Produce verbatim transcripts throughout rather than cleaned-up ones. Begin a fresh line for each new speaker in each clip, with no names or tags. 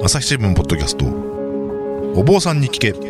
朝日新聞ポッドキャスト、お坊さんに聞け。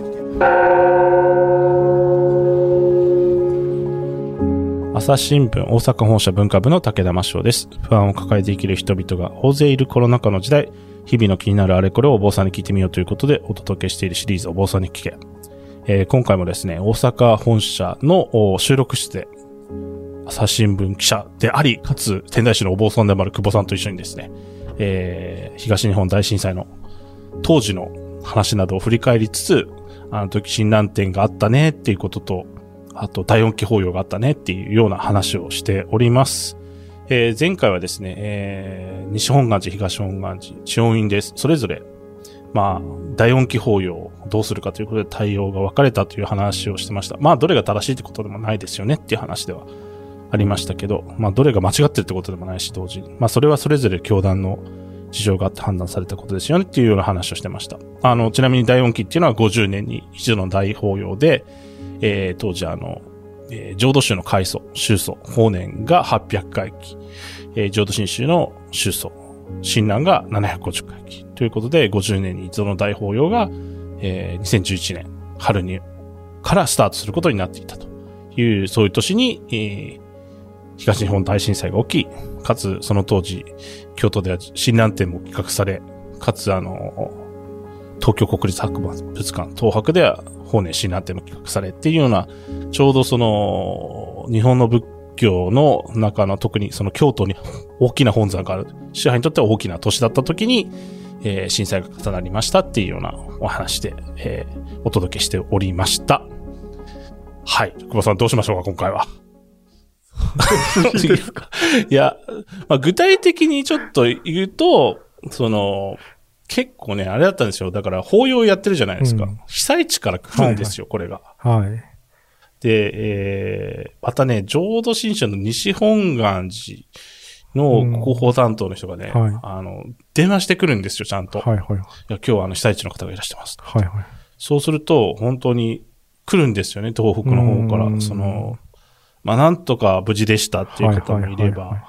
朝日新聞大阪本社文化部の武田真翔です。不安を抱えて生きる人々が大勢いるコロナ禍の時代、日々の気になるあれこれをお坊さんに聞いてみようということでお届けしているシリーズ、お坊さんに聞け。えー、今回もですね、大阪本社の収録室で朝日新聞記者であり、かつ天台宗のお坊さんでもある久保さんと一緒にですね、えー、東日本大震災の当時の話などを振り返りつつ、あの時診断点があったねっていうことと、あと大音機法要があったねっていうような話をしております。えー、前回はですね、えー、西本願寺、東本願寺、知恩院です。それぞれ、まあ、大音機法要をどうするかということで対応が分かれたという話をしてました。まあ、どれが正しいってことでもないですよねっていう話ではありましたけど、まあ、どれが間違ってるってことでもないし、同時に。まあ、それはそれぞれ教団の事情があって判断されたことですよねっていうような話をしてました。あの、ちなみに大音機っていうのはごじゅうねんに一度の大法要で、えー、当時あの、えー、浄土宗の開祖、宗祖、法然がはっぴゃくかい忌、えー、浄土真宗の宗祖、親鸞がななひゃくごじゅっかい忌ということで、ごじゅうねんに一度の大法要が、えー、にせんじゅういちねん春にからスタートすることになっていたという、そういう年に、えー東日本大震災が起き、かつその当時、京都では親鸞展も企画され、かつあの、東京国立博物館、東博では法然親鸞展も企画されっていうような、ちょうどその、日本の仏教の中の特にその京都に大きな本山がある、支配にとっては大きな都市だった時に、えー、震災が重なりましたっていうようなお話で、えー、お届けしておりました。はい。久保さんどうしましょうか、今回は。いいですか。いや、まあ、具体的にちょっと言うと、その、結構ね、あれだったんですよ。だから、法要やってるじゃないですか。うん、被災地から来るんですよ、はいはい、これが。はい。で、えー、またね、浄土真宗の西本願寺の広報担当の人がね、うんはい、あの、電話してくるんですよ、ちゃんと。はいはい。いや、今日はあの、被災地の方がいらしてます。はいはい。そうすると、本当に来るんですよね、東北の方から。その、まあ、なんとか無事でしたっていう方もいれば、はいはいはいはい、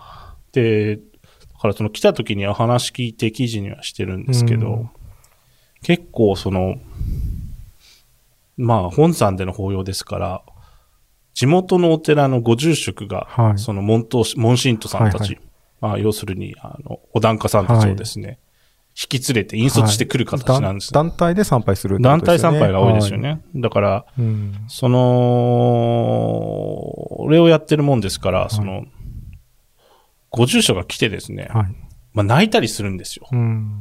で、だからその来た時には話聞いて記事にはしてるんですけど、結構その、まあ本山での法要ですから、地元のお寺のご住職が、はい、その門徒、門信徒さんたち、はいはい、まあ要するに、あの、お檀家さんたちをですね、はい、引き連れて引率してくる形なんです、
はい、団体で参拝するって
ことですよね。団体参拝が多いですよね。はい、だから、うん、その、俺をやってるもんですから、はい、その、ご住所が来てですね、はい、まあ泣いたりするんですよ。うん、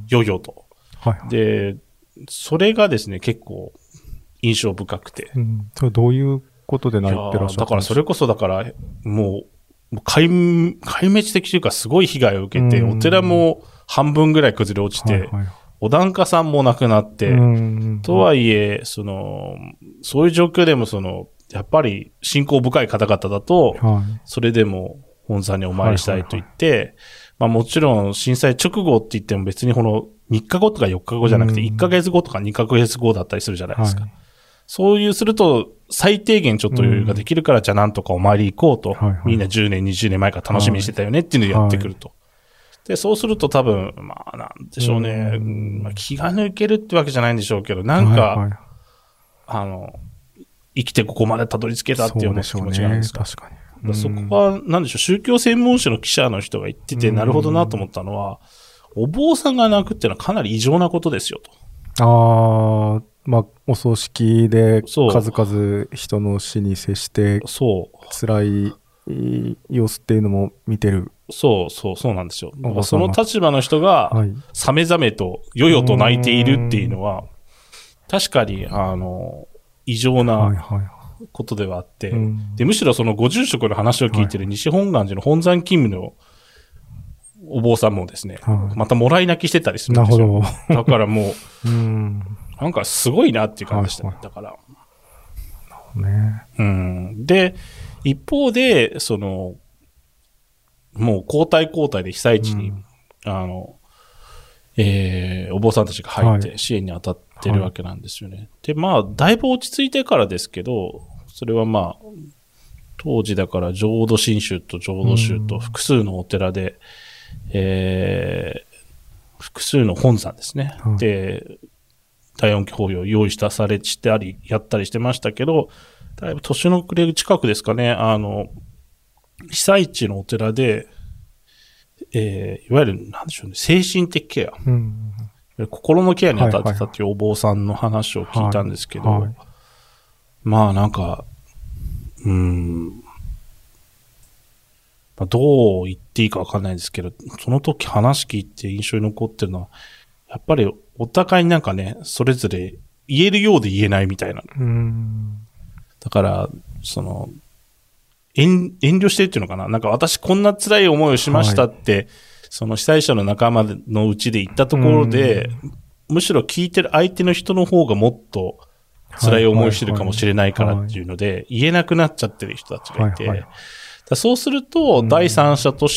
よよと、はいはい。で、それがですね、壊印象深くて。
うん、それどういうことで泣いてらっしゃるんですか？
だからそれこそだから、もう、壊滅的というかすごい被害を受けて、うん、お寺も半分ぐらい崩れ落ちて、はいはい、お檀家さんも亡くなって、とはいえ、その、そういう状況でもその、やっぱり信仰深い方々だと、はい、それでも本山にお参りしたいと言って、はいはいはい、まあもちろん震災直後って言っても別にこのみっかごとかよっかごじゃなくていっかげつごとかにかげつごだったりするじゃないですか。はい、そういうすると最低限ちょっと余裕ができるから、じゃあなんとかお参り行こうと、はいはい、みんなじゅうねんにじゅうねんまえから楽しみにしてたよねっていうのをやってくると。はいで、そうすると多分、まあ、なんでしょうね。うん、まあ、気が抜けるってわけじゃないんでしょうけど、なんか、はいはい、あの、生きてここまでたどり着けたっていうような気持ちがあるんですか。
そうでしょうね。確かに。
だそこは、なんでしょう、宗教専門誌の記者の人が言ってて、なるほどなと思ったのは、お坊さんが泣くっていうのはかなり異常なことですよと。
ああ、まあ、お葬式で数々人の死に接して、そう。辛い様子っていうのも見てる。
そうそうそうなんですよ。その立場の人が、さめざめと、よよと泣いているっていうのは、確かに、あの、異常なことではあって、はいはい、で、むしろそのご住職の話を聞いてる西本願寺の本山勤務のお坊さんもですね、はい、またもらい泣きしてたりするんですよ。なるほど。だからもう、うんなんかすごいなっていう感じでしたね。はいはい、だから。ね、うん。で、一方で、その、もう交代交代で被災地に、うん、あの、えー、お坊さんたちが入って支援に当たってるわけなんですよね。はいはい、で、まあ、だいぶ落ち着いてからですけど、それはまあ、当時だから浄土真宗と浄土宗と複数のお寺で、うん、えー、複数の本山ですね。
はい、
で、大音響法要を用意したされしてあり、やったりしてましたけど、だいぶ年の暮れ近くですかね、あの、被災地のお寺で、えー、いわゆる、なんでしょうね、精神的ケア。うん、心のケアに当たってたっていうお坊さんの話を聞いたんですけど、はいはいはい、まあなんか、うーん、まあ、どう言っていいかわかんないんですけど、その時話聞いて印象に残ってるのは、やっぱりお互いになんかね、それぞれ言えるようで言えないみたいな。
うーん、
だから、その、遠、遠慮してるっていうのかな。なんか私こんな辛い思いをしましたって、はい、その被災者の仲間のうちで言ったところで、むしろ聞いてる相手の人の方がもっと辛い思いをしてるかもしれないからっていうので、言えなくなっちゃってる人たちがいて、はいはい、だそうすると、第三者として、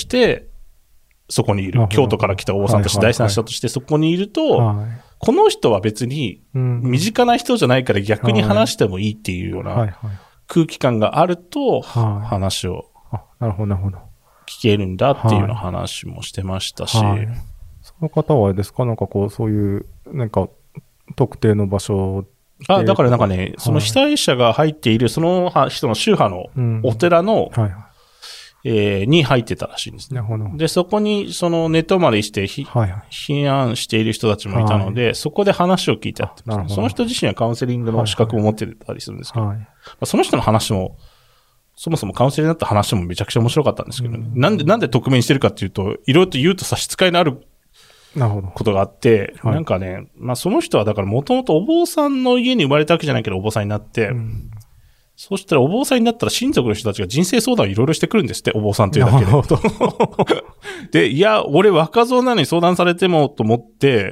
そこにいる、京都から来たお坊さんとして第三者としてそこにいると、はいはいはい、この人は別に身近な人じゃないから逆に話してもいいっていうような空気感があると話を聞けるんだっていうような話もしてましたし、はいはい、
その方はあれですか、なんかこうそういうなんか特定の場所
あ、だからなんかね、はい、その被災者が入っているその人の宗派のお寺の、うんはいはいえー、に入ってたらしいんですね。で、そこにその寝泊まりしてひ、はいはい、避難している人たちもいたので、はい、そこで話を聞いてあってます、ね、その人自身はカウンセリングの資格を持ってたりするんですけど、はいはいまあ、その人の話も、そもそもカウンセリングになった話もめちゃくちゃ面白かったんですけどね。うん、なんで、なんで匿名にしてるかっていうと、いろいろと言うと差し支えのあることがあって、な, なんかね、まあその人はだからもともとお坊さんの家に生まれたわけじゃないけどお坊さんになって、うんそうしたらお坊さんになったら親族の人たちが人生相談をいろいろしてくるんですって、お坊さんというだけで。で、いや、俺若造なのに相談されてもと思って、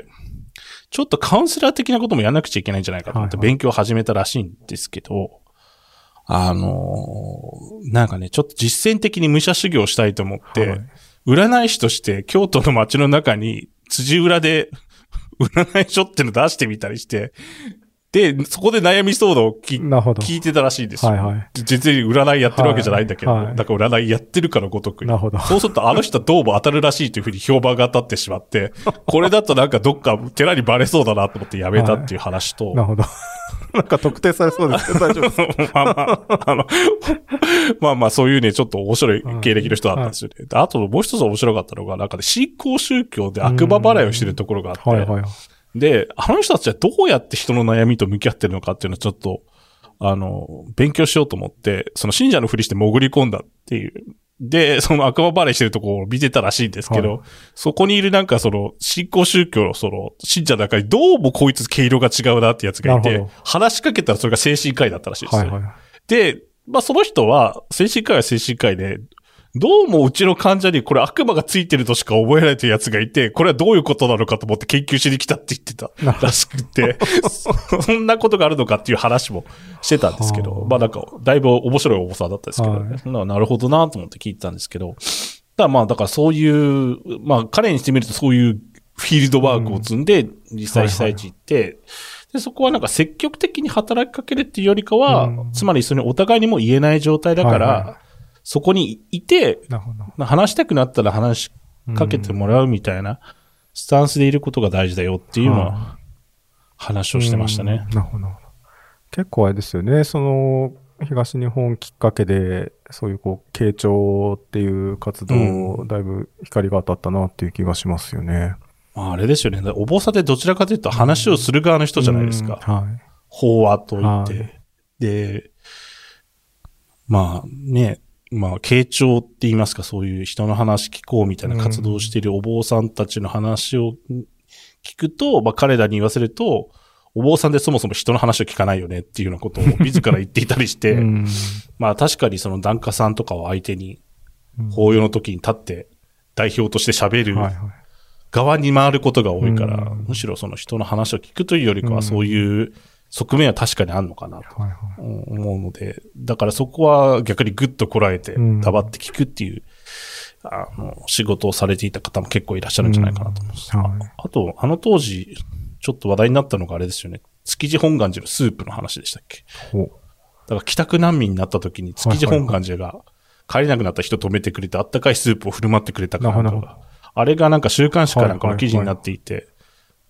ちょっとカウンセラー的なこともやらなくちゃいけないんじゃないかと思って勉強を始めたらしいんですけど、はいはい、あのー、なんかね、ちょっと実践的に武者修行したいと思って、はい、占い師として京都の街の中に辻裏で占い書っていうの出してみたりして、で、そこで悩み相談を聞聞いてたらしいんですよ。はいはい、全然占いやってるわけじゃないんだけど、はいはい、だから占いやってるかのごとくに。なるほど。そうするとあの人はどうも当たるらしいというふうに評判が立ってしまって、これだとなんかどっか寺にバレそうだなと思ってやめたっていう話と。はい、
なるほど。なんか特定されそうですけど大丈夫ですか？
まあまあ、あの、まあまあそういうね、ちょっと面白い経歴の人だったんですよね。はい、あともう一つ面白かったのが、なんかね、新興宗教で悪魔払いをしてるところがあって、はいはいで、あの人たちはどうやって人の悩みと向き合ってるのかっていうのをちょっと、あの、勉強しようと思って、その信者のふりして潜り込んだっていう。で、その悪魔払いしてるところを見てたらしいんですけど、はい、そこにいるなんかその、新興宗教のその、信者の中にどうもこいつ毛色が違うなってやつがいて、話しかけたらそれが精神科医だったらしいですよ。はいはい、で、まあその人は、精神科医は精神科医で、どうもうちの患者にこれ悪魔がついてるとしか覚えないというやつがいて、これはどういうことなのかと思って研究しに来たって言ってたらしくて、そんなことがあるのかっていう話もしてたんですけど、まあなんかだいぶ面白いお坊さんだったんですけどね。はい、なるほどなと思って聞いてたんですけど、だまあだからそういう、まあ彼にしてみるとそういうフィールドワークを積んで実際被災地行って、うんはいはいで、そこはなんか積極的に働きかけるっていうよりかは、うん、つまりそれお互いにも言えない状態だから、はいはいそこにいて、話したくなったら話しかけてもらうみたいなスタンスでいることが大事だよっていうのは話をしてましたね。
なるほど。結構あれですよね。その東日本きっかけでそういうこう傾聴っていう活動だいぶ光が当たったなっていう気がしますよね。
うん、あ, あれですよね。お坊さんってどちらかというと話をする側の人じゃないですか。うんうんはい、法話と言って、はい、で、まあね。まあ、傾聴って言いますか、そういう人の話聞こうみたいな活動をしているお坊さんたちの話を聞くと、うん、まあ彼らに言わせると、お坊さんでそもそも人の話を聞かないよねっていうようなことを自ら言っていたりして、うん、まあ確かにその檀家さんとかを相手に、法要の時に立って代表として喋る側に回ることが多いから、うん、むしろその人の話を聞くというよりかはそういう側面は確かにあるのかなと思うので、だからそこは逆にグッとこらえて黙って聞くっていう、うん、あの仕事をされていた方も結構いらっしゃるんじゃないかなと思います。うんはい、あ, あと、あの当時ちょっと話題になったのがあれですよね。築地本願寺のスープの話でしたっけ。だから帰宅難民になった時に築地本願寺が帰れなくなった人止めてくれてあったかいスープを振る舞ってくれたからとか、あれがなんか週刊誌かなんかの記事になっていて、はいはいはい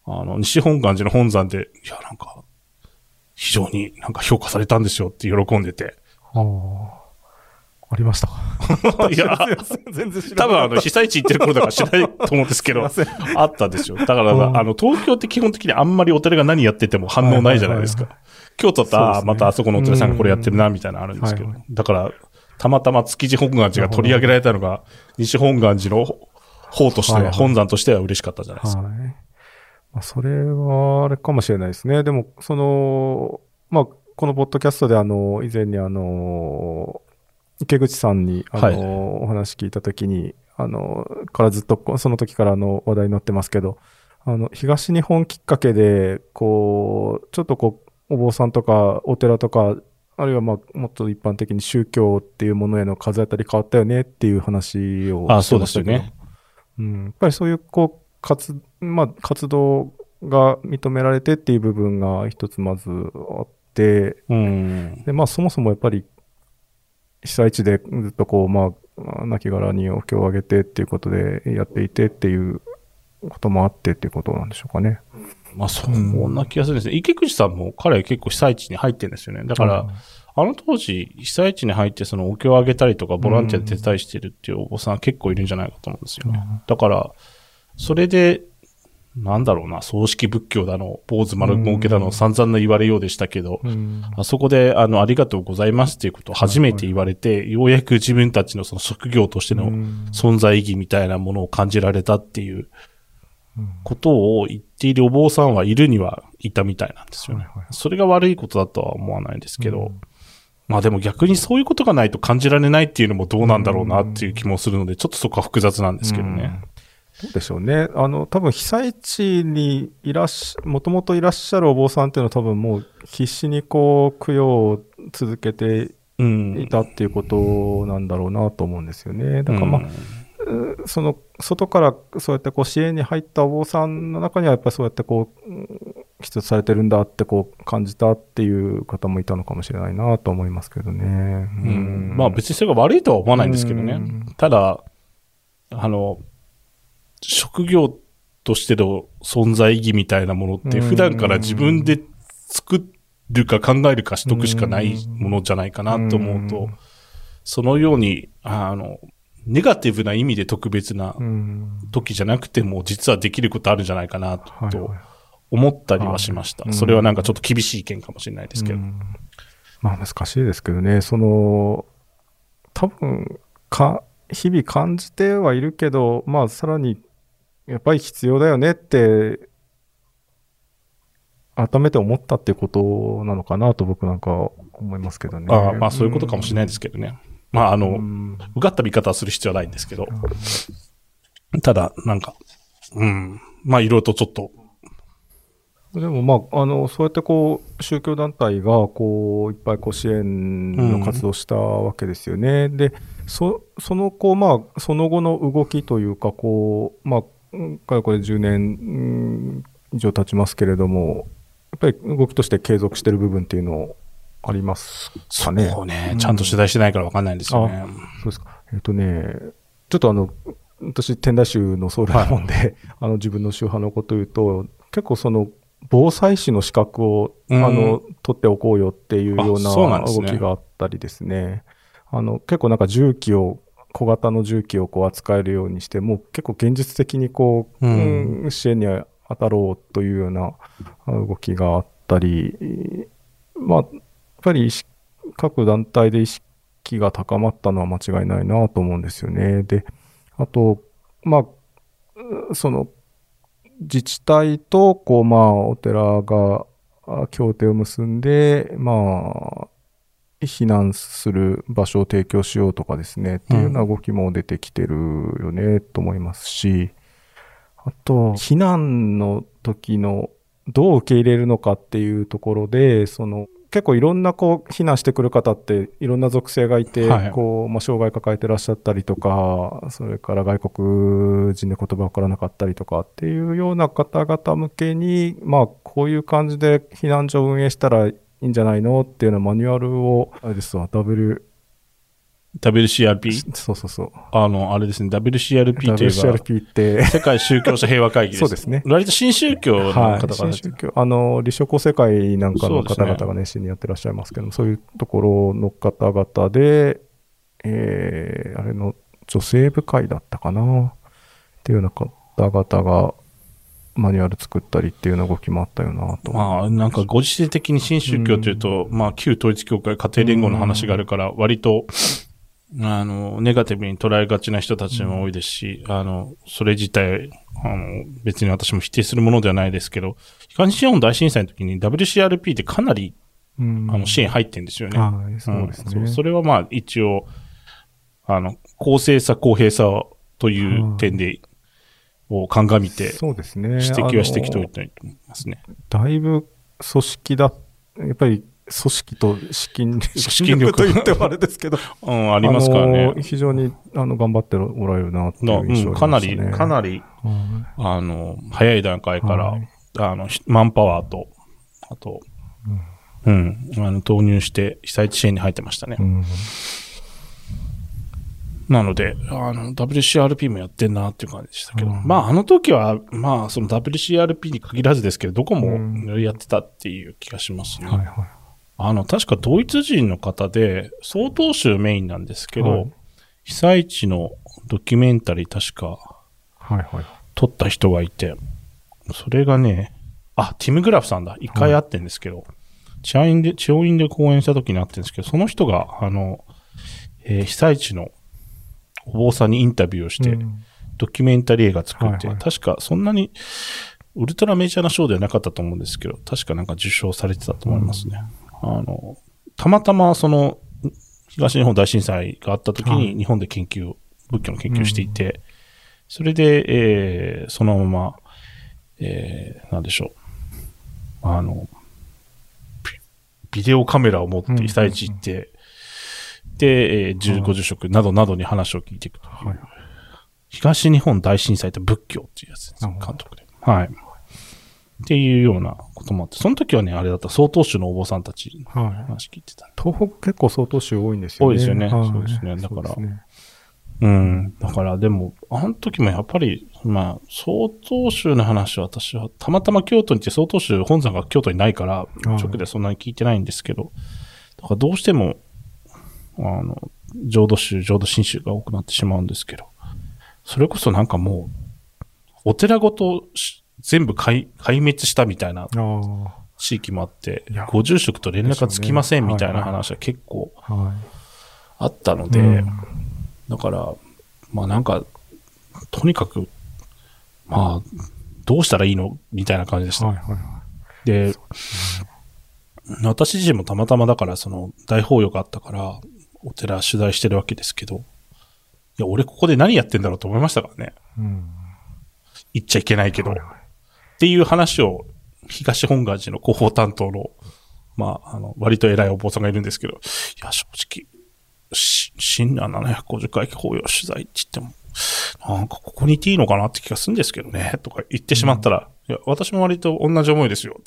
あの、西本願寺の本山で、いや、なんか、非常になんか評価されたんですよって喜んでて。
ああ。ありましたか
いや、
全然知らない。
多分あの、被災地行ってる頃だから知らないと思うんですけど、あったでしょ。だから、あの、東京って基本的にあんまりお寺が何やってても反応ないじゃないですか。京都だったら、またあそこのお寺さんがこれやってるな、みたいなのあるんですけど。だから、たまたま築地本願寺が取り上げられたのが、西本願寺の方としては、本山としては嬉しかったじゃないですか。はいはい、
まあ、それは、あれかもしれないですね。でも、その、まあ、このポッドキャストであの、以前にあの、池口さんに、あの、はい、お話聞いたときに、あの、からずっと、その時からの話題になってますけど、あの、東日本きっかけで、こう、ちょっとこう、お坊さんとか、お寺とか、あるいはまあ、もっと一般的に宗教っていうものへの風当たり変わったよねっていう話をしてましたけど。
あ、そうですよね。
うん。やっぱりそういう、こう、活、まあ、活動が認められてっていう部分が一つまずあって、
うん。
で、まあ、そもそもやっぱり、被災地でずっとこう、まあ、亡骸にお経をあげてっていうことでやっていてっていうこともあってっていうことなんでしょうかね。
まあ、そんな気がするんですね。池口さんも彼は結構被災地に入ってるんですよね。だから、うん、あの当時、被災地に入ってそのお経をあげたりとかボランティアで手伝いしてるっていうお坊さん結構いるんじゃないかと思うんですよね。うん、だから、それで、なんだろうな、葬式仏教だの、坊主丸儲けだの、散々な言われようでしたけど、うん、あそこで、あの、ありがとうございますっていうことを初めて言われて、はいはい、ようやく自分たちのその職業としての存在意義みたいなものを感じられたっていうことを言っているお坊さんはいるにはいたみたいなんですよね。はいはい、それが悪いことだとは思わないんですけど、うん、まあでも逆にそういうことがないと感じられないっていうのもどうなんだろうなっていう気もするので、ちょっとそこは複雑なんですけどね。
うんどうでしょうね。あの、多分被災地にいらっしゃ、もともといらっしゃるお坊さんっていうのは多分もう必死にこう、供養を続けていたっていうことなんだろうなと思うんですよね。だからまあ、うん、その、外からそうやってこう支援に入ったお坊さんの中にはやっぱりそうやってこう、必要されてるんだってこう感じたっていう方もいたのかもしれないなと思いますけどね。うん
うん、まあ別にそれが悪いとは思わないんですけどね。ただ、あの、職業としての存在意義みたいなものって普段から自分で作るか考えるかしとくしかないものじゃないかなと思うと、そのように、あの、ネガティブな意味で特別な時じゃなくても実はできることあるんじゃないかなと思ったりはしました。それはなんかちょっと厳しい意見かもしれないですけど。
まあ難しいですけどね、その、多分か、日々感じてはいるけど、まあさらにやっぱり必要だよねって改めて思ったっていうことなのかなと僕なんか思いますけどね。
ああ、まあそういうことかもしれないですけどね。まああの、うがった見方はする必要はないんですけど。ただ、なんか、うん、まあいろいろとちょっと。
でもまあ、あの、そうやってこう、宗教団体がこう、いっぱいこう支援の活動したわけですよね。うん、で、そ、そのこう、まあ、その後の動きというか、こう、まあ、かれこれじゅうねん以上経ちますけれども、やっぱり動きとして継続している部分っていうのありますかね。
そうね、うん、ちゃんと取材してないから分かんないんですよね。
そうですか。えっとね、ちょっとあの、私、天台宗の僧侶なもんで、はい、あの自分の宗派のことを言うと、結構その、防災士の資格を、うん、あの、取っておこうよっていうような動きがあったりですね。あの、結構なんか重機を、小型の重機をこう扱えるようにして、もう結構現実的にこう、うん、支援に当たろうというような動きがあったり、まあ、やっぱり各団体で意識が高まったのは間違いないなと思うんですよね。で、あと、まあ、その、自治体と、こう、まあ、お寺が協定を結んで、まあ、避難する場所を提供しようとかですね、っていうような動きも出てきてるよね、と思いますし、あと、避難の時のどう受け入れるのかっていうところで、その、結構いろんなこう避難してくる方っていろんな属性がいて、はい、こうまあ、障害抱えてらっしゃったりとか、それから外国人で言葉わからなかったりとかっていうような方々向けに、まあこういう感じで避難所を運営したらいいんじゃないのっていうようなマニュアルをあれですわ ダブリュー
ダブリューシーアールピー?
そうそうそう。
あの、あれですね、ダブリューシーアールピー といえば、
ダブリューシーアールピー って、
世界宗教者平和会議です。
そうですね。
割と新宗教の方が、
はい、新宗教。あの、立正校世界なんかの方々が熱心にやってらっしゃいますけども、そうですね、そういうところの方々で、えー、あれの女性部会だったかなっていうような方々が、マニュアル作ったりっていうの動きもあったよなと。
まあ、なんかご時世的に新宗教というと、うん、まあ、旧統一教会家庭連合の話があるから、割と、あの、ネガティブに捉えがちな人たちも多いですし、うん、あの、それ自体、あの、別に私も否定するものではないですけど、東日本大震災の時に ダブリューシーアールピー ってかなり、うん、あの、支援入ってるんですよね。
はい、そうですね、
うん、そ。それはまあ、一応、あの、公正さ、公平さという点で、を鑑みて、
そうですね。
指摘はしてきておいたいと思いますね。
だいぶ組織だ、やっぱり組織と資金、
資金力
と言ってもあれですけど、
うん、ありますからね。
非常にあの頑張っておられるなっていう印象がありましたね。
うん、かなり、かなり、うん、あの、早い段階から、はい、あの、マンパワーと、あと、うん、うん、あの、投入して被災地支援に入ってましたね。うん、なので、あの、ダブリューシーアールピー もやってんなっていう感じでしたけど、うん、まあ、あの時は、まあ、その ダブリューシーアールピー に限らずですけど、どこもやってたっていう気がしますね。うん、はいはい、あの、確かドイツ人の方で、曹洞宗メインなんですけど、はい、被災地のドキュメンタリー確か、はいはい、撮った人がいて、それがね、あ、ティム・グラフさんだ。一回会ってんですけど、はい、チャインで、チオインで講演した時に会ってるんですけど、その人が、あの、えー、被災地のお坊さんにインタビューをして、うん、ドキュメンタリー映画作って、はいはい、確かそんなにウルトラメジャーな賞ではなかったと思うんですけど、確かなんか受賞されてたと思いますね。うん、あの、たまたまその、東日本大震災があった時に日本で研究を、はい、仏教の研究をしていて、うん、それで、えー、そのまま、えー、なんでしょう。あの、ビデオカメラを持って被災地行って、うんうんうん、で、えー、じゅうご住職などなどに話を聞いていくという、はい、東日本大震災と仏教っていうやつです、監督で。はい。っていうようなこともあって、その時はね、あれだった、曹洞宗のお坊さんたちの話聞いてた、ね。
はい、東北結構曹洞宗多いんですよね。
多いですよね。
はい、
そうですね。だから、う, ね、うん。だからでも、あの時もやっぱり、まあ、曹洞宗の話は私は、たまたま京都に行って曹洞宗本山が京都にないから、直でそんなに聞いてないんですけど、だからどうしても、あの、浄土宗、浄土真宗が多くなってしまうんですけど、それこそなんかもう、お寺ごと全部壊滅したみたいな地域もあって、ご住職と連絡がつきませんみたいな話は結構あったので、だから、まあなんか、とにかく、まあ、どうしたらいいのみたいな感じでした。はいはいはい、で、私自身もたまたまだから、その大法要があったから、お寺取材してるわけですけど、いや、俺ここで何やってんだろうと思いましたからね。うん、言っちゃいけないけど、はいはい。っていう話を、東本願寺の広報担当の、まあ、あの、割と偉いお坊さんがいるんですけど、いや、正直、親鸞ななひゃくごじゅっかい法要取材って言っても、なんかここにいていいのかなって気がするんですけどね、とか言ってしまったら、うん、いや、私も割と同じ思いですよ。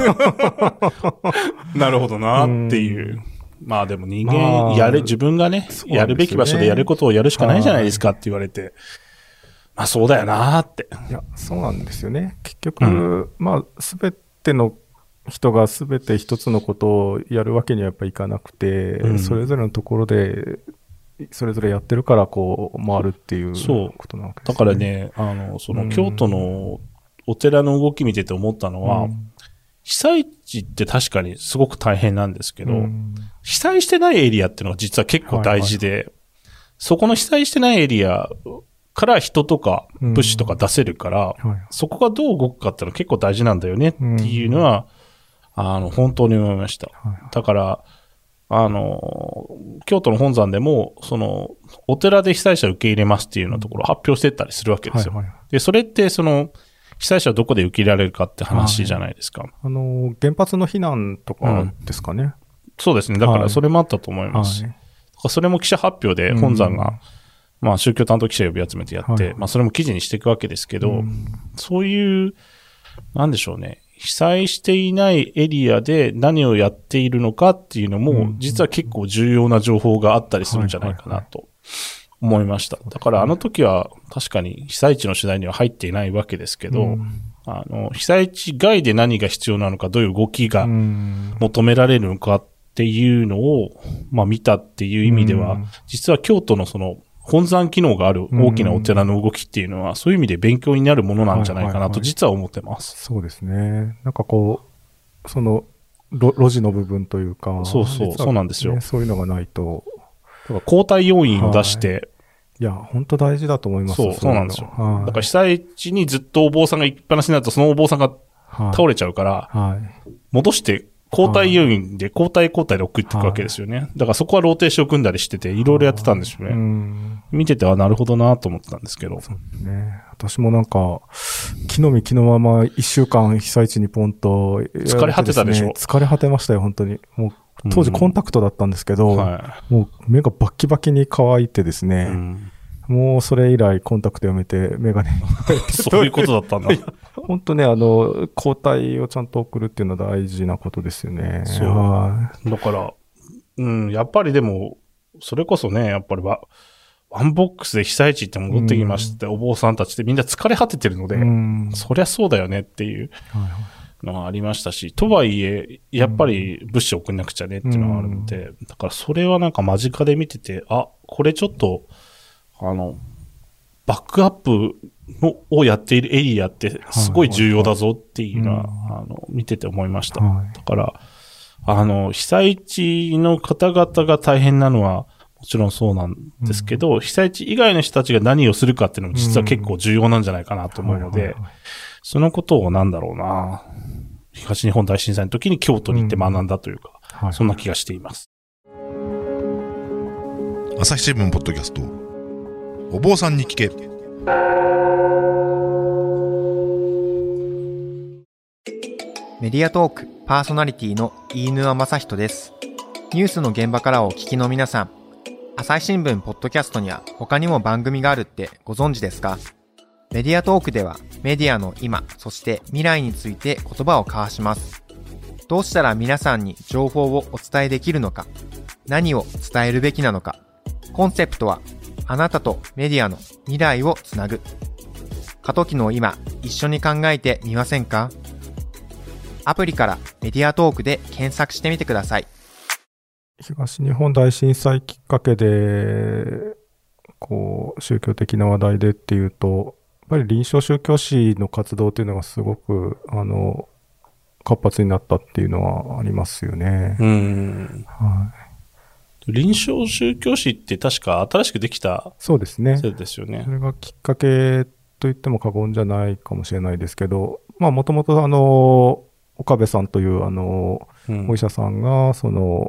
なるほどな、っていう。うん、まあでも人間、やれ、自分がね、ね、やるべき場所でやることをやるしかないじゃないですかって言われて、まあそうだよなーって。
いや、そうなんですよね。結局、うん、まあすべての人がすべて一つのことをやるわけにはやっぱいかなくて、うん、それぞれのところで、それぞれやってるからこう回るっていうことなわけですね。
だからね、あの、その京都のお寺の動き見てて思ったのは、うん、被災地って確かにすごく大変なんですけど、うん、被災してないエリアっていうのが実は結構大事で、はいはい、そこの被災してないエリアから人とか物資とか出せるから、うんはい、そこがどう動くかっていうのは結構大事なんだよねっていうのは、うん、あの、本当に思いました。はい、だから、あの、京都の本山でも、その、お寺で被災者を受け入れますっていうようなところを発表してったりするわけですよ。はいはい、で、それって、その、被災者をどこで受け入れられるかって話じゃないですか。はい、
あの、原発の避難とかですかね。うん、
そうですね。だからそれもあったと思います。はいはい、それも記者発表で本山が、うん、まあ宗教担当記者呼び集めてやって、はい、まあそれも記事にしていくわけですけど、うん、そういう、なんでしょうね。 被災していないエリアで何をやっているのかっていうのも、うん、実は結構重要な情報があったりするんじゃないかなと思いました。だからあの時は確かに被災地の取材には入っていないわけですけど、うん、あの被災地外で何が必要なのか、どういう動きが求められるのかっていうのを、まあ見たっていう意味では、うん、実は京都のその本山機能がある大きなお寺の動きっていうのは、うん、そういう意味で勉強になるものなんじゃないかなと実は思ってます。
はいはいはい、そうですね。なんかこう、その路、路地の部分というか、
そうそう、そうなんですよ。
そういうのがないと。
だから交代要因を出して、はい、
いや、本当大事だと思います。
そう、そうなんですよ。はい、だから被災地にずっとお坊さんが行きっぱなしになると、そのお坊さんが倒れちゃうから、はいはい、戻して、交代要因で交代交代で送っていくわけですよね。はい、だからそこはローテーションを組んだりしてて、いろいろやってたんですよね。うん、見ててはなるほどなと思ってたんですけど。
そうですね。私もなんか、木の実木のまま一週間被災地にポンと、ね、
疲れ果てたでしょ。
疲れ果てましたよ、本当に。もう当時コンタクトだったんですけど、うんはい、もう目がバッキバキに乾いてですね、うんもうそれ以来コンタクトやめてメガネ
そういうことだったんだ。
本当ね、あの、抗体をちゃんと送るっていうのは大事なことですよね。
そう。だから、うん、やっぱりでも、それこそね、やっぱりワンボックスで被災地って戻ってきまして、うん、お坊さんたちってみんな疲れ果ててるので、うん、そりゃそうだよねっていうのがありましたし、とはいえ、やっぱり物資を送んなくちゃねっていうのがあるので、うん、だからそれはなんか間近で見てて、あ、これちょっと、あの、バックアップのをやっているエリアってすごい重要だぞっていうのは、はいはいはい、あの、見てて思いました。はい、だから、あの、被災地の方々が大変なのはもちろんそうなんですけど、うん、被災地以外の人たちが何をするかっていうのも実は結構重要なんじゃないかなと思うので、うんはいはいはい、そのことをなんだろうな、東日本大震災の時に京都に行って学んだというか、うんはい、そんな気がしています。
朝日新聞ポッドキャストお坊さんに聞け。
メディアトークパーソナリティの飯沼正人です。ニュースの現場からお聞きの皆さん、朝日新聞ポッドキャストには他にも番組があるってご存知ですか？メディアトークではメディアの今、そして未来について言葉を交わします。どうしたら皆さんに情報をお伝えできるのか、何を伝えるべきなのか、コンセプトはあなたとメディアの未来をつなぐ。過渡期の今、一緒に考えてみませんか？アプリからメディアトークで検索してみてください。
東日本大震災きっかけで、こう、宗教的な話題でっていうと、やっぱり臨床宗教史の活動っていうのがすごく、あの、活発になったっていうのはありますよね。うん。
はい。臨床宗教史って確か新しくできた。
そうですね。
そうですよね。
それがきっかけと言っても過言じゃないかもしれないですけど、まあもともとあの、岡部さんというあの、うん、お医者さんが、その、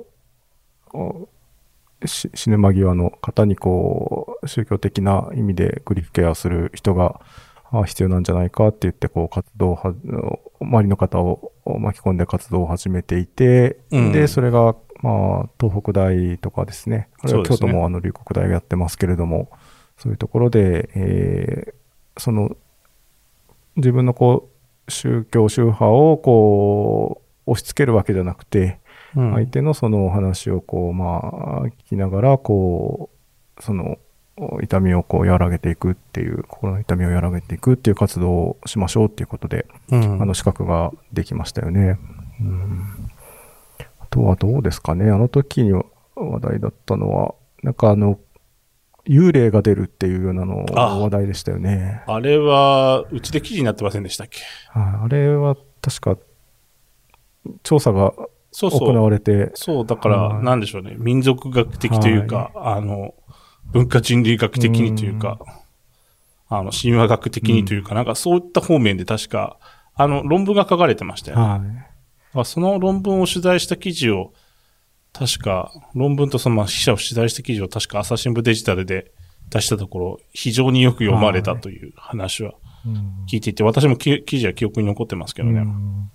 死ぬ間際の方にこう、宗教的な意味でグリフケアする人が必要なんじゃないかって言って、こう活動をは、周りの方を巻き込んで活動を始めていて、うん、で、それが、まあ、東北大とかですね。あるいは京都もあの龍谷大がやってますけれども、そういうところで、えー、その、自分のこう、宗教宗派をこう、押し付けるわけじゃなくて、うん、相手のそのお話をこう、まあ、聞きながら、こう、その、痛みをこう和らげていくっていう、心の痛みを和らげていくっていう活動をしましょうっていうことで、うん、あの資格ができましたよね。うんあとはどうですかね。あの時に話題だったのは、なんかあの、幽霊が出るっていうようなの話題でしたよね。
あ, あれは、うちで記事になってませんでしたっけ？
あ, あれは確か、調査が行われて。
そうそう、そうだから、なんでしょうね。民族学的というか、あの、文化人類学的にというか、うん、あの、神話学的にというか、うん、なんかそういった方面で確か、あの、論文が書かれてましたよね。はいその論文を取材した記事を、確か、論文とその記者を取材した記事を確か朝日新聞デジタルで出したところ、非常によく読まれたという話は聞いていて、私も記事は記憶に残ってますけどね。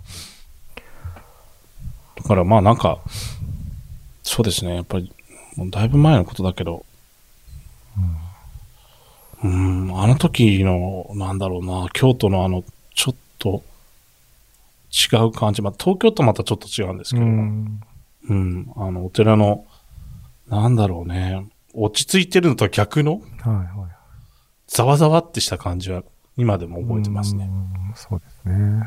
だからまあなんか、そうですね、やっぱり、もうだいぶ前のことだけど、うん、うんあの時の、なんだろうな、京都のあの、ちょっと、 違う感じ。まあ、東京とまたちょっと違うんですけど、
う
うん、うん、あの、お寺の、なんだろうね、落ち着いてるのとは逆の、
はいはい。
ざわざわってした感じは、今でも覚えてますね。
うん、そうですね。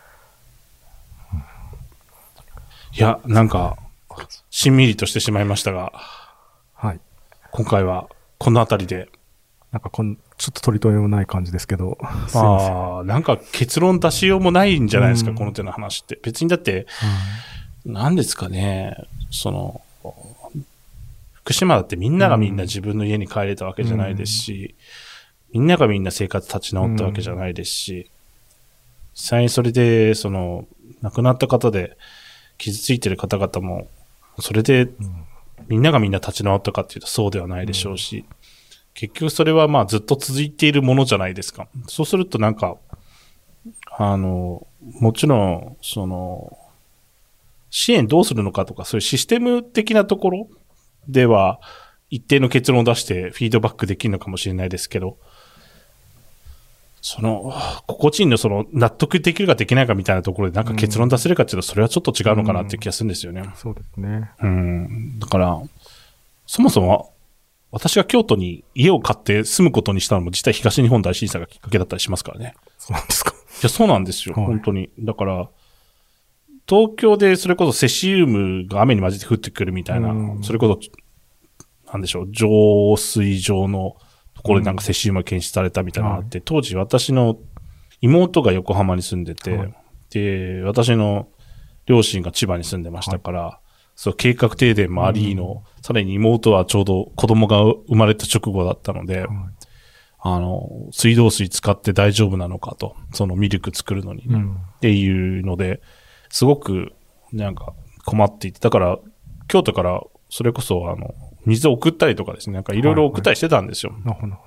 いや、なんか、しんみりとしてしまいましたが、
はい。
今回はこのあたりで。
なんかこん、ちょっと取り留めもない感じですけど、すいません。
ああ、なんか結論出しようもないんじゃないですか、
うん
この手の話って。別にだって、何ですかね、その、福島だってみんながみんな自分の家に帰れたわけじゃないですし、うん、みんながみんな生活立ち直ったわけじゃないですし、実際にそれで、その、亡くなった方で傷ついてる方々も、それで、みんながみんな立ち直ったかっていうとそうではないでしょうし、うん、結局それはまあずっと続いているものじゃないですか。そうするとなんか、あの、もちろん、その、支援どうするのかとか、そういうシステム的なところでは、一定の結論を出してフィードバックできるのかもしれないですけど、その、個々人のその納得できるかできないかみたいなところでなんか結論出せるかっていうと、それはちょっと違うのかなっていう気がするんですよね。
うん、そうですね。
うん。だから、そもそも、私が京都に家を買って住むことにしたのも実は東日本大震災がきっかけだったりしますからね。
そうなんですか。
いや、そうなんですよ。はい、本当に。だから、東京でそれこそセシウムが雨に混じって降ってくるみたいな、それこそ、なんでしょう、浄水場のところでなんかセシウムが検出されたみたいなのがあって、うん、当時私の妹が横浜に住んでて、はい、で、私の両親が千葉に住んでましたから、はい、そう、計画停電もありの、うん、さらに妹はちょうど子供が生まれた直後だったので、はい、あの、水道水使って大丈夫なのかと、そのミルク作るのに、ねうん、っていうので、すごくなんか困っていて、だから京都からそれこそあの、水を送ったりとかですね、なんかいろいろ送ったりしてたんですよ。はいはい、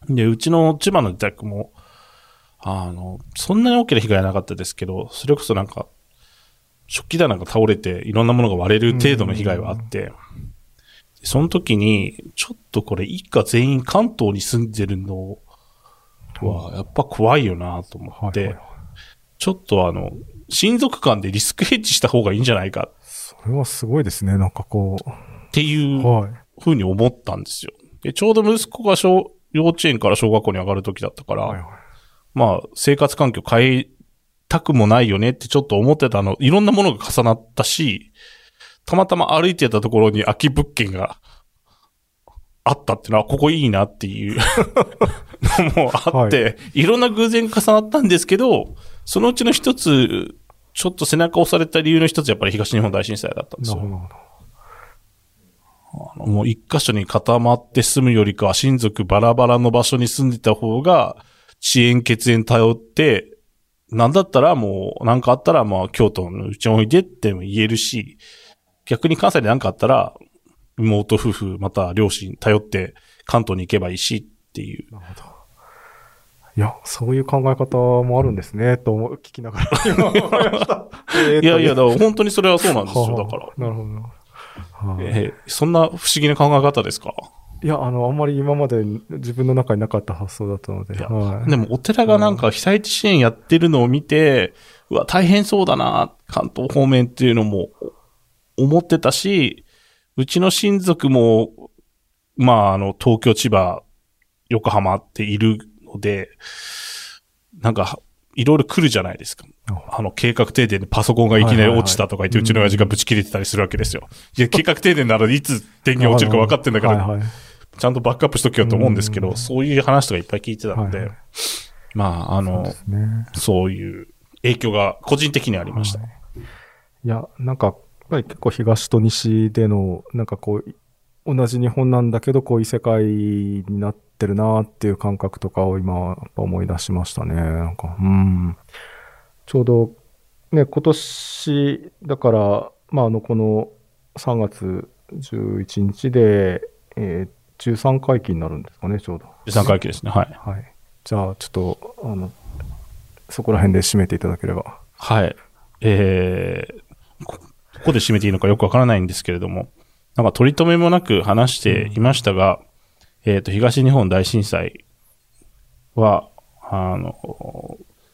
で、うちの千葉の自宅も、あの、そんなに大きな被害はなかったですけど、それこそなんか、食器棚が倒れていろんなものが割れる程度の被害はあって、その時に、ちょっとこれ一家全員関東に住んでるのは、やっぱ怖いよなと思って、はいはいはい、ちょっとあの、親族間でリスクヘッジした方がいいんじゃないか。
それはすごいですね、なんかこう。
っていうふうに思ったんですよ。で、ちょうど息子が小幼稚園から小学校に上がる時だったから、はいはい、まあ、生活環境変えたくもないよねってちょっと思ってたの、いろんなものが重なったし、たまたま歩いてたところに空き物件があったっていうのは、ここいいなっていうのもあって、はい、いろんな偶然重なったんですけど、そのうちの一つ、ちょっと背中を押された理由の一つ、やっぱり東日本大震災だったんですよ。なるほど。あのもう一箇所に固まって住むよりかは親族バラバラの場所に住んでた方が遅延血縁頼って、なんだったらもうなんかあったらまあ京都のうちにおいでっても言えるし、逆に関西でなんかあったら妹夫婦また両親頼って関東に行けばいいしっていう。なるほど。
いや、そういう考え方もあるんですね、と思う聞きながら今思いました。
いやいや、だから本当にそれはそうなんですよ、だから。
なるほど。
はえー、そんな不思議な考え方ですか？
いや、あの、あんまり今まで自分の中になかった発想だったので。
はい、でも、お寺がなんか被災地支援やってるのを見て、うわ、大変そうだな、関東方面っていうのも思ってたし、うちの親族も、まあ、あの、東京、千葉、横浜っているので、なんか、いろいろ来るじゃないですか。あの、計画停電でパソコンがいきなり落ちたとか言って、うちの親父がブチ切れてたりするわけですよ。いや、計画停電ならいつ電源落ちるか分かってんだから、ちゃんとバックアップしとけよと思うんですけど、そういう話とかいっぱい聞いてたので、まあ、あの、そういう影響が個人的にありました。い
や、なんか、やっぱり結構東と西での、なんかこう、同じ日本なんだけど、こういう世界になってるなっていう感覚とかを今、やっぱ思い出しましたね。なんか、うん。ちょうど、ね、今年、だから、まあ、あの、このさんがつじゅういちにちで、えー、じゅうさんかいきになるんですかね、ちょうど。
じゅうさんかいきですね、はい。
はい。じゃあ、ちょっと、あの、そこら辺で締めていただければ。
はい。えー、ここで締めていいのかよくわからないんですけれども、なんか取り留めもなく話していましたが、うん、えっと、東日本大震災は、あの、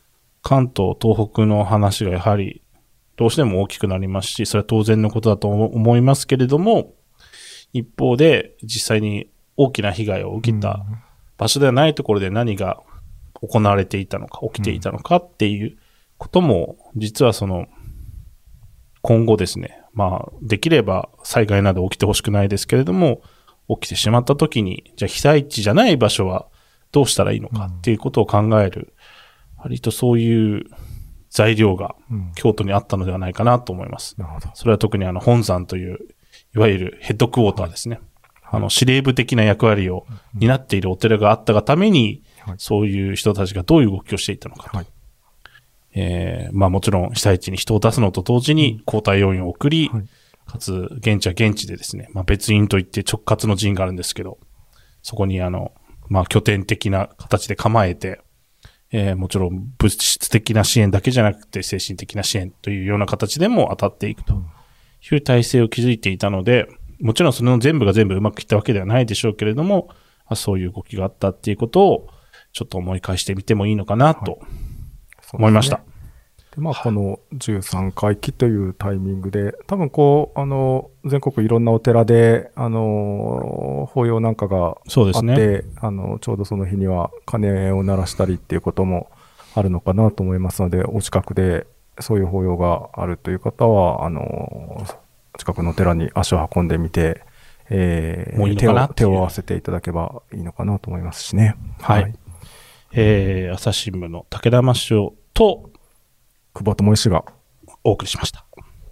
関東、東北の話がやはりどうしても大きくなりますし、それは当然のことだと思いますけれども、一方で実際に大きな被害を受けた場所ではないところで何が行われていたのか、起きていたのかっていうことも、実はその、今後ですね、まあ、できれば災害など起きてほしくないですけれども、起きてしまった時に、じゃあ被災地じゃない場所はどうしたらいいのかっていうことを考える、割とそういう材料が京都にあったのではないかなと思います。
なるほど。
それは特にあの本山という、いわゆるヘッドクォーターですね。はい、あの司令部的な役割を担っているお寺があったがために、はい、そういう人たちがどういう動きをしていたのかと。はい、えー、まあもちろん被災地に人を出すのと同時に交代要員を送り、はい、かつ現地は現地でですね、まあ別院といって直轄の陣があるんですけど、そこにあの、まあ拠点的な形で構えて、えー、もちろん物質的な支援だけじゃなくて精神的な支援というような形でも当たっていくという体制を築いていたので、もちろんその全部が全部うまくいったわけではないでしょうけれども、そういう動きがあったっていうことをちょっと思い返してみてもいいのかなと思いました。
はい、でまあ、このじゅうさんかい忌というタイミングで、多分こう、あの、全国いろんなお寺で、あの、法要なんかがあって、そうですね、あの、ちょうどその日には鐘を鳴らしたりっていうこともあるのかなと思いますので、お近くでそういう法要があるという方は、あの、近くのお寺に足を運んでみて、えー、もういいのかな手を、手を合わせていただけばいいのかなと思いますしね。
はい。はい、えー、朝日新聞の武田真潮と、
久保智石が
お送りしました。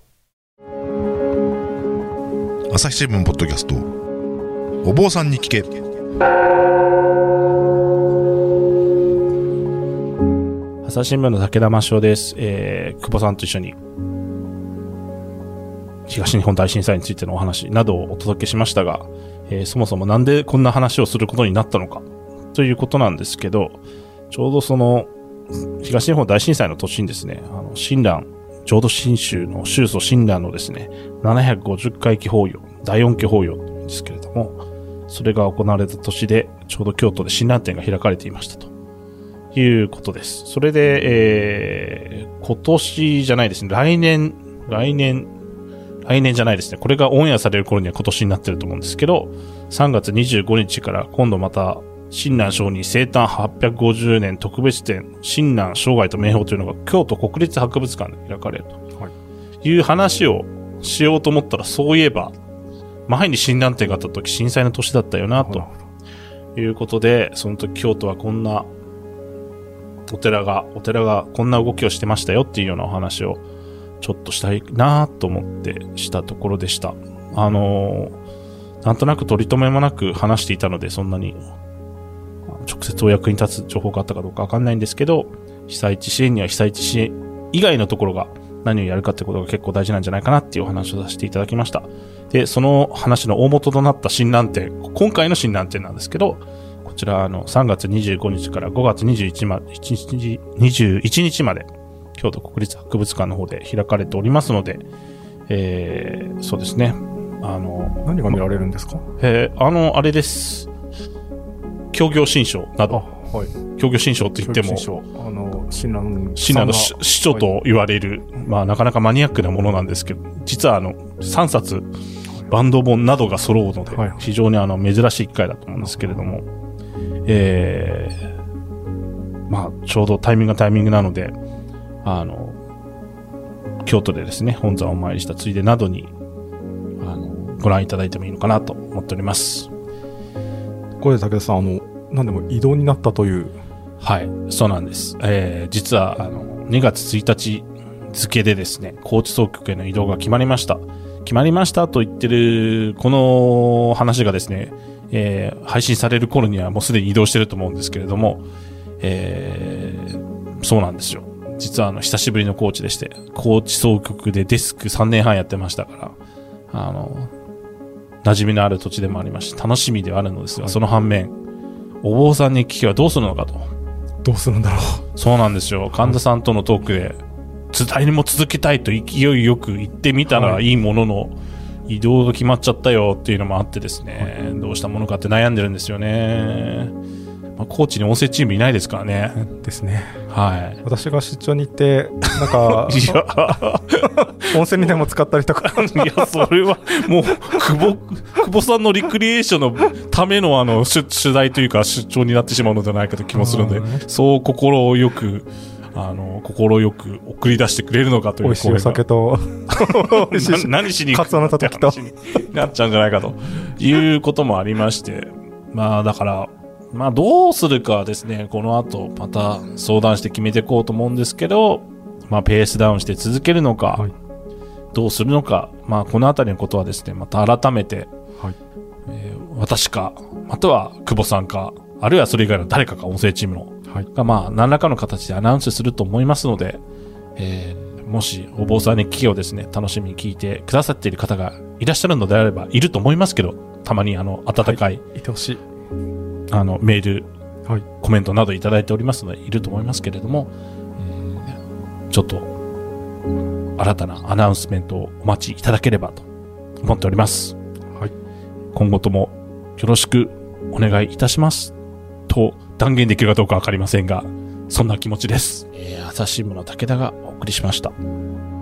朝日新聞ポッドキャスト、お坊さんに聞け。
朝日新聞の武田真潮です。えー、久保さんと一緒に東日本大震災についてのお話などをお届けしましたが、えー、そもそもなんでこんな話をすることになったのかということなんですけど、ちょうどその東日本大震災の年にですね、あの親鸞浄土真宗の宗祖親鸞のですね、ななひゃくごじゅっかい忌法要、だいよんき法要なんですけれども、それが行われた年で、ちょうど京都で親鸞展が開かれていましたということです。それで、えー、今年じゃないですね、来年、来年、来年じゃないですね、これがオンエアされる頃には今年になってると思うんですけど、さんがつにじゅうごにちから今度また、親鸞上人生誕はっぴゃくごじゅうねん特別展、親鸞生涯と名宝というのが京都国立博物館で開かれるという話をしようと思ったら、そういえば、前に親鸞展があった時、震災の年だったよな、ということで、その時京都はこんな、お寺が、お寺がこんな動きをしてましたよっていうようなお話をちょっとしたいなと思ってしたところでした。あのー、なんとなく取り留めもなく話していたので、そんなに直接お役に立つ情報があったかどうかわかんないんですけど、被災地支援には被災地支援以外のところが何をやるかってことが結構大事なんじゃないかなっていうお話をさせていただきました。で、その話の大元となった親鸞展、今回の親鸞展なんですけど、こちらあのさんがつにじゅうごにちからごがつにじゅういちにちまで京都国立博物館の方で開かれておりますので、えー、そうですね。あの
何が見られるんですか？
えー、あのあれです。教行信書など、はい、教行信書といっても、
あの親鸞
親鸞の司書と言われる、はい、まあなかなかマニアックなものなんですけど、実はあのさんさつバンド本などが揃うので、はい、非常にあの珍しい機会だと思うんですけれども、えー、まあちょうどタイミングがタイミングなので、あの京都でですね本山をお参りしたついでなどにあのご覧いただいてもいいのかなと思っております。
これで武田さん、あの何でも異動になったという。
はい、そうなんです。えー、実はあのにがつついたち付でですね、高知総局への異動が決まりました。決まりましたと言ってるこの話がですね、えー、配信される頃にはもうすでに移動してると思うんですけれども、えー、そうなんですよ。実はあの久しぶりの高知でして、高知総局でデスクさんねんはんやってましたから、あの馴染みのある土地でもありまし、楽しみではあるのですが、はい、その反面、お坊さんに聞きはどうするのかと。
どうするんだろう。
そうなんですよ。神田さんとのトークで、伝えも続けたいと勢いよく言ってみたらいいものの、はい、移動が決まっちゃったよっていうのもあってですね、はい、どうしたものかって悩んでるんですよね。 まあ、高知に音声チームいないですからね。
ですね。
はい。
私が出張に行って、なんか、
いや
温泉にでも使ったりとか。
いや、それは、もう、久保、久保さんのリクリエーションのための、あの、取材というか、出張になってしまうのではないかという気もするので、そう心をよく、あの、心よく送り出してくれるのかという。
美味しいお酒と、
何しに行く
カツオのたたきと。
なっちゃうんじゃないかということもありまして、まあ、だから、まあどうするかはですね、この後また相談して決めていこうと思うんですけど、まあペースダウンして続けるのか、はい、どうするのか、まあこのあたりのことはですね、また改めて、はいえー、私か、または久保さんか、あるいはそれ以外の誰かか音声チームの、はい、がまあ何らかの形でアナウンスすると思いますので、えー、もしお坊さんに聞きをですね、楽しみに聞いてくださっている方がいらっしゃるのであれば、いると思いますけど、たまにあの温かい、
はい、いてほしい。
あのメール、はい、コメントなどいただいておりますのでいると思いますけれども、えー、ちょっと新たなアナウンスメントをお待ちいただければと思っております、はい、今後ともよろしくお願いいたしますと断言できるかどうかわかりませんが、そんな気持ちです。えー、朝日新聞の武田がお送りしました。